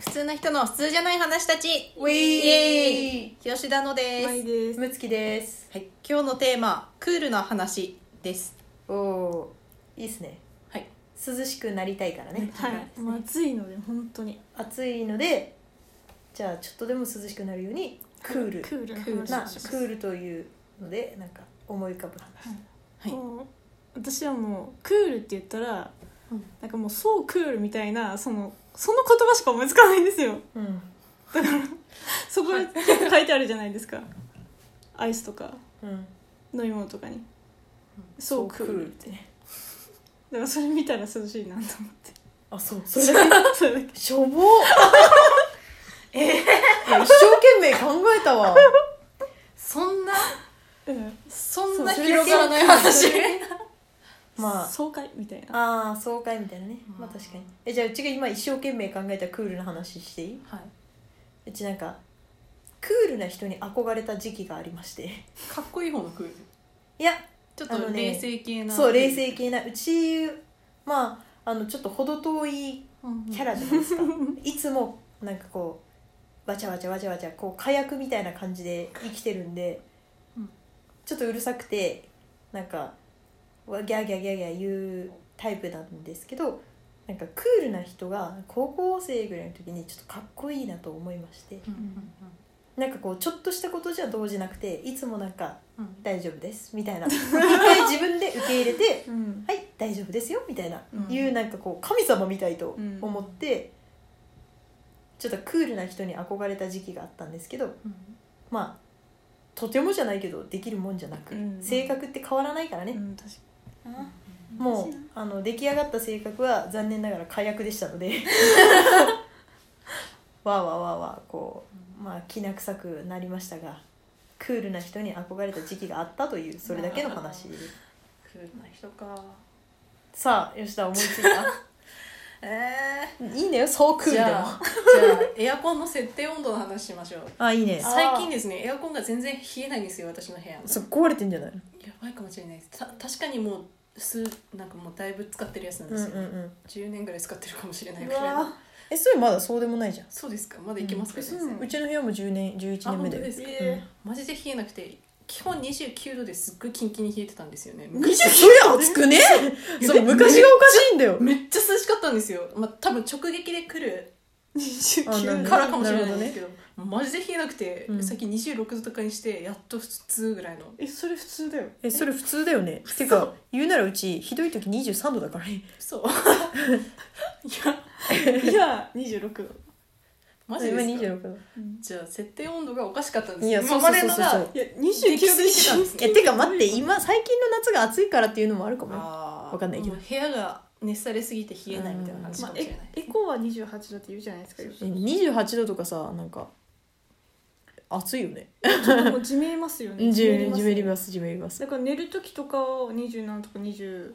普通な人の普通じゃない話たち。 ウィー吉田のです。 はいです。むつきです。 はい、今日のテーマクールな話です。 おお、いいですね。 はい、 涼しくなりたいからね。 はい、もう暑いので本当に暑いので、じゃあちょっとでも涼しくなるようにクールクールな話なをします。 クールというのでなんか思い浮かぶ話。 はい、 もう私はもうクールって言ったら、なんかもうそうクールみたいなその言葉しか思いつかないんですよ。 うん。 だからそこに書いてあるじゃないですか。アイスとかうん。 飲み物とかに、そうクールってね。 だからそれ見たら涼しいなと思って。 あ、そう。それだけ。 それだけ。 しょぼ。いや一生懸命考えたわ。 そんなうんそう広がらない話。 まあ。 爽快みたいな。 ああ、爽快みたいなね。まあ確かに。じゃあうちが今一生懸命考えたクールな話していい？ はい、 うちなんかクールな人に憧れた時期がありまして。 かっこいい方のクール。 いや、 ちょっと冷静系な。 そう冷静系な。うちまあちょっと程遠いキャラじゃないですか。いつもなんかこうわちゃわちゃわちゃわちゃこう火薬みたいな感じで生きてるんで、ちょっとうるさくてなんかギャーギャーギャーギャー言うタイプなんですけど、なんかクールな人が高校生ぐらいの時にちょっとかっこいいなと思いまして、なんかこうちょっとしたことじゃ動じなくて、いつもなんか大丈夫ですみたいな、一回自分で受け入れて、はい大丈夫ですよみたいな、いうなんかこう神様みたいと思って、ちょっとクールな人に憧れた時期があったんですけど、まあとてもじゃないけどできるもんじゃなく、性格って変わらないからね。 確かに。 もう出来上がった性格は残念ながら火薬でしたのでわーわーわーわーこう、まあきな臭くなりましたが、クールな人に憧れた時期があったというそれだけの話。 クールな人か。 さあ吉田思いついた？いいんだよそうクールでも。 じゃあエアコンの設定温度の話しましょう。 あ、いいね。 最近ですねエアコンが全然冷えないんですよ、私の部屋。 そう壊れてんじゃないの？ やばいかもしれないです。確かにもうなんかもうだいぶ使ってるやつなんですよ、10年ぐらい使ってるかもしれないぐらいの。 それまだそうでもないじゃん。 そうですか、まだいけますか、先生。 うちの部屋も10年11年目だよ。 ですか、マジで冷えなくて、基本29度ですっごいキンキンに冷えてたんですよね。 それ熱くね？そう昔がおかしいんだよ。 めっちゃ涼しかったんですよ。まあ多分直撃で来る 29 からかもしれないんですけど、マジで冷えなくて、さっき26度とかにしてやっと普通ぐらいの。 それ普通だよ。 それ普通だよね。てか言うならうちひどい時23度だからね。 そういや26度。 マジですか？ 今26度。 じゃあ設定温度がおかしかったんですよ。 いやそうそうそうそう。 いや29度で来てたんですてか待って、今最近の夏が暑いからっていうのもあるかもよ。わかんないけど。 部屋が熱されすぎて冷えないみたいな感じかもしれない。 エコーは28度って言うじゃないですか。 28度とかさ、なんか暑いよね。 もうじめりますよね。 じめります。 だから寝る時とかは27とか 26？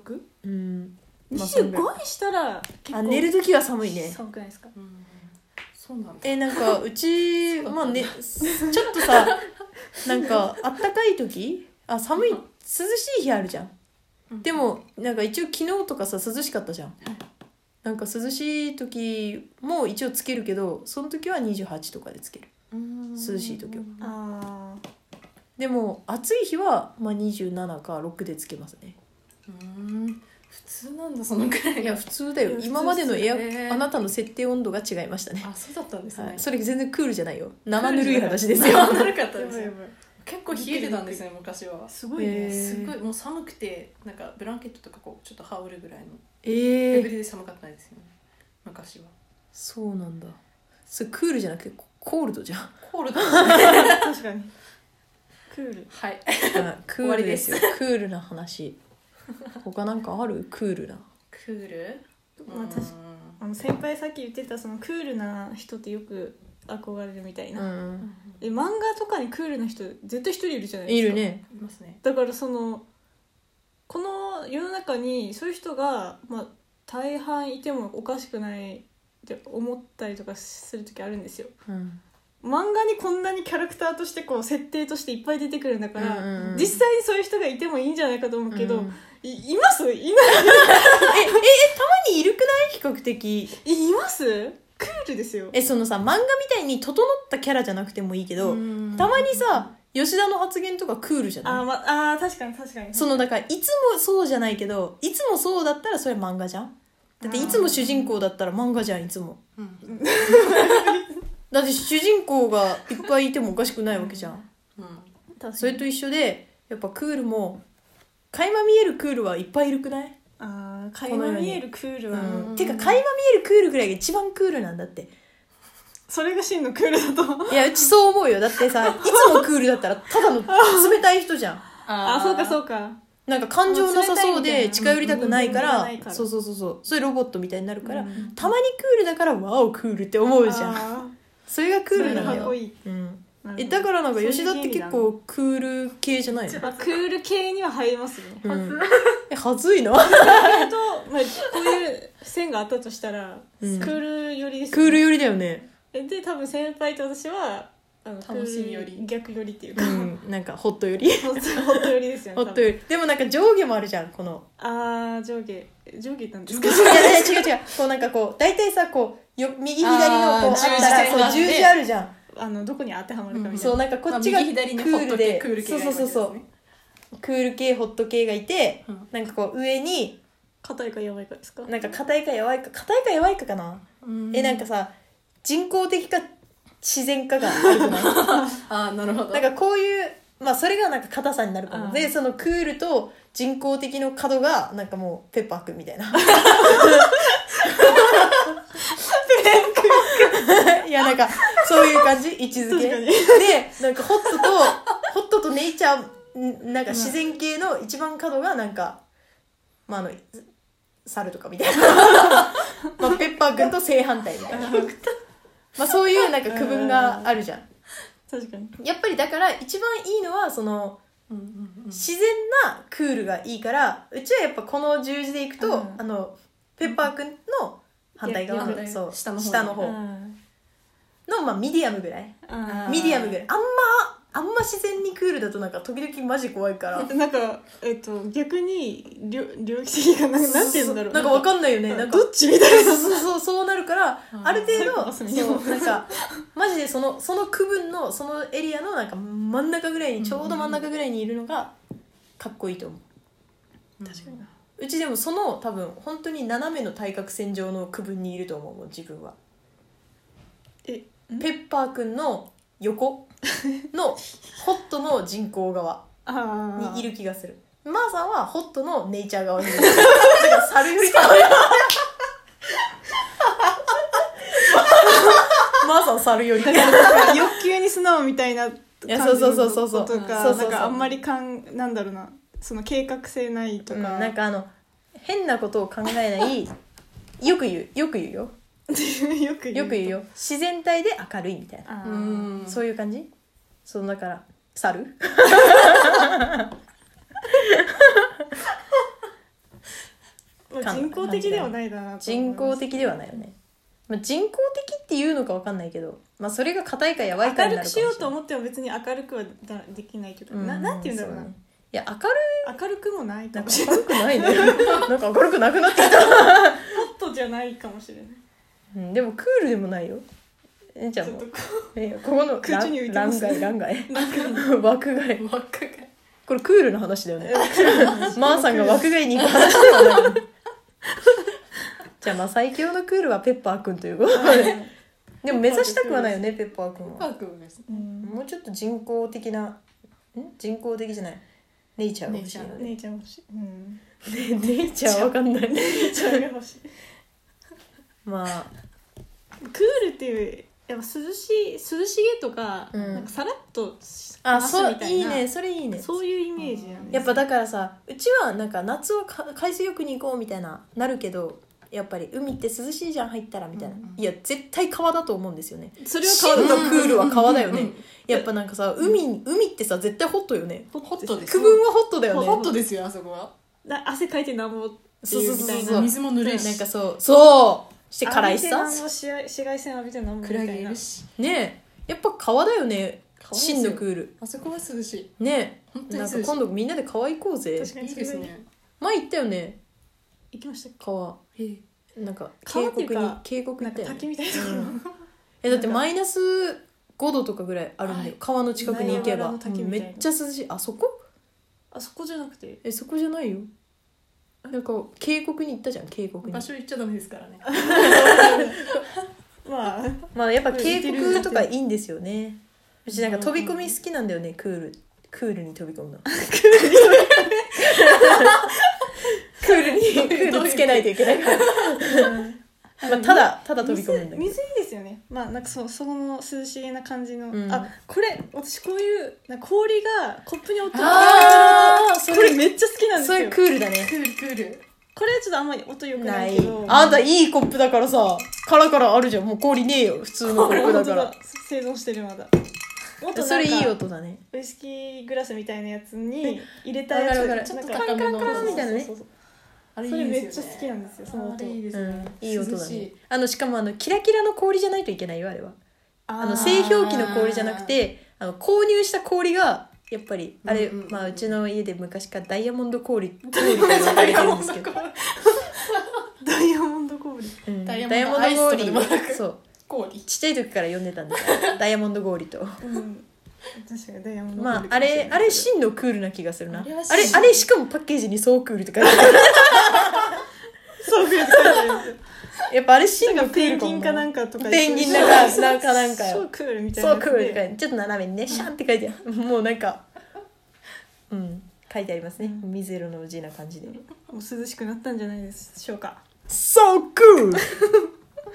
25 にしたら結構寝る時は寒いね。 寒くないですか？ そうなんだ。 なんかうちまあね、ちょっとさなんかあったかい時、寒い涼しい日あるじゃん。でもなんか一応昨日とかさ涼しかったじゃん。なんか涼しい時も一応つけるけど、その時は28とかでつける。涼しい時は。でも暑い日はまあ27か6でつけますね。 普通なんだそのくらい。 いや普通だよ。今までのあなたの設定温度が違いましたね。 そうだったんですね。 それ全然クールじゃないよ。生ぬるい話ですよ。 生ぬるかったですよ。結構冷えてたんですね昔は。 すごいね。 すごいもう寒くて、なんかブランケットとかこうちょっと羽織るぐらいのレベルで寒かったんですよね昔は。そうなんだ。それクールじゃなくてコールドじゃん。 コールドですね。 確かにクール。 はい、 クールですよ。クールな話。他なんかある？クールな。 クール？ 先輩さっき言ってたそのクールな人ってよく憧れるみたいな、漫画とかにクールな人絶対一人いるじゃないですか。 いるね。 いますね。 だからこの世の中にそういう人が、大半いてもおかしくないって思ったりとかする時あるんですよ。漫画にこんなにキャラクターとしてこう設定としていっぱい出てくるんだから、実際にそういう人がいてもいいんじゃないかと思うけど、います？いない？ たまにいるくない？比較的います？クーールですよ。 そのさ漫画みたいに整ったキャラじゃなくてもいいけど、たまにさ吉田の発言とかクールじゃない？ 確かに確かに。 そのだからいつもそうじゃないけど、いつもそうだったらそれ漫画じゃん。だっていつも主人公だったら漫画じゃん、いつも。だって主人公がいっぱいいてもおかしくないわけじゃん。それと一緒でやっぱクールも垣間見えるクールはいっぱいいるくない？ 垣間見えるクールは、 てか垣間見えるクールぐらいが一番クールなんだって。 それが真のクールだと。 いやうちそう思うよ。だってさいつもクールだったらただの冷たい人じゃん。 そうかそうか。 なんか感情なさそうで近寄りたくないから、そうそれロボットみたいになるから、たまにクールだからワオクールって思うじゃん。それがクールなんだよ。 かっこいい。 だからなんか吉田って結構クール系じゃないの？ クール系には入りますね。 はずいの？ こういう線があったとしたら、クール寄りですよね。 クール寄りだよね。 で多分先輩と私は楽しみより逆寄りっていうか、 なんかホット寄り。 ホット寄りですよね。 ホット寄り。でもなんか上下もあるじゃん、この。 上下なんですか？ いや違うこうなんかこう大体さこう右左のこうあったら十字あるじゃん。 どこに当てはまるかみたいな。 そうなんかこっちがクールで、そうクール系ホット系がいて、なんかこう上に硬いか弱いかですか？ なんか硬いか弱いかかな。なんかさ人工的か自然かがあるくない？ なるほど。 なんかこういうそれがなんか硬さになるかも。でそのクールと人工的の角がなんかもうペッパーくんみたいな。いやなんかそういう感じ位置づけで、なんかホットとネイチャーなんか自然系の一番角がなんか猿とかみたいなペッパーくんと正反対みたいなそういうなんか区分があるじゃん。 確かに。 やっぱりだから一番いいのはその自然なクールがいいから、うちはやっぱこの十字でいくと、ペッパーくんの反対側のそう下の方のミディアムぐらい。ミディアムぐらい。あんま自然にクールだとなんか時々マジ怖いから。 なんか逆に猟奇的がなんて言うんだろう。 なんかわかんないよね。なんかどっちみたいな。 そうなるから、ある程度そうなんかマジでその区分のそのエリアのなんか真ん中ぐらいにちょうど真ん中ぐらいにいるのがかっこいいと思う。 確かに。 うちでもその多分本当に斜めの対角線上の区分にいると思う、自分は。ペッパーくんの横のホットの人工側にいる気がする。マーさんはホットのネイチャー側にいる。だから猿よりかマーさん猿より欲求に素直みたいな感じのことか、なんかあんまりなんだろうな、その計画性ないとか、 なんか変なことを考えないよく言うよよく言うよ。自然体で明るいみたいな、そういう感じ。そうだから猿人工的ではないだなと。 人工的ではないよね。人工的っていうのか分かんないけど、それが硬いかやばいかになるかもしれない。 明るくしようと思っても別に明るくはできないけど、なんて言うんだろうな。いや明るくもないかもしれない。 明るくないね。なんか明るくなくなってきた。 ホットじゃないかもしれない。 でもクールでもないよ。じゃあもうここの空中に浮いてますね。 欄外枠外これクールの話だよね。マーさんが枠外に行く話ではない。じゃあ最強のクールはペッパーくんということで。でも目指したくはないよね、ペッパーくんは。もうちょっと人工的じゃないネイチャーが欲しいので。 ネイチャー欲しい。 ネイチャーわかんない。 ネイチャーが欲しい。 クールっていうやっぱ涼しげとか、なんかさらっと話すみたいな。 いいね、それいいね。 そういうイメージなんです。 やっぱだからさ、うちはなんか夏は海水浴に行こうみたいなるけど、やっぱり海って涼しいじゃん入ったらみたいな、いや絶対川だと思うんですよね。 それは川だ。 真のクールは川だよね。やっぱなんかさ、海ってさ絶対ホットよね。 ホットです。 区分はホットだよね。 ホットですよ、あそこは。 汗かいてなんぼっていうみたいな。 水も濡れるし、 なんかそうして辛いしさ、 紫外線浴びてなんぼみたいな。 ねえ、やっぱ川だよね。真のクール。 あそこは涼しい。 ねえ、 本当に涼しい。 なんか今度みんなで川行こうぜ。 確かにいいですね。 前行ったよね。 行きましたっけ。 川。 なんか川っていうか渓谷行なんかったよね滝みたいな、 だってマイナス5度とかぐらいあるんだよ、川の近くに行けば、 ナイアガラの滝みたいなめっちゃ涼しい。あそこあそこじゃなくてそこじゃないよ。なんか渓谷に行ったじゃん、渓谷に。 場所行っちゃダメですからねまあまあやっぱ渓谷とかいいんですよね。うちなんか飛び込み好きなんだよね、クールに飛び込むのクールつけないといけないからまあただ飛び込むんだけど、 水いいですよね。まあなんかその涼しげな感じの、 あこれ私こういうなんか氷がコップに落ちてるあこれめっちゃ好きなんですよ。 そういうクールだね。 クールこれはちょっとあんまり音良くなないいけど、 あんたいいコップだからさ、カラカラあるじゃん。もう氷ねえよ、普通のコップだから生存してるまだ。もっとそれいいなんか音だね。 ウイスキーグラスみたいなやつに入れたやつ、 わかるちょっとなんか高めのカラカラみたいなねそうそうあれそれいいですよね。 めっちゃ好きなんですよ、その音。 あれいいですね、 いい音だね涼しい。 しかもキラキラの氷じゃないといけないよ、あれは。 あー製氷機の氷じゃなくて購入した氷がやっぱりあれ、 うんうんうんまあうちの家で昔からダイヤモンド氷と呼ばれてるんですけどダイヤモンド氷。 ダイヤダイヤモンドモンドアイスとか氷でもなくそう氷ちっちゃい時から呼んでたんですダイヤモンド氷とうん確かにダイヤモンドまあ氷かもしれないあれ真のクールな気がするな。 あれはあれしかもパッケージにそうクールって書いてあるそういうことなんですよ。 やっぱあれ真のクーペンルかもギンかなんかとかペンギンなんかなんかそうよクールみたいなそうクールって書いやつでてある。ちょっと斜めにねシャンって書いてあるもうなんか書いてありますね、水色の字な感じでもう涼しくなったんじゃないでしょうか。 So cool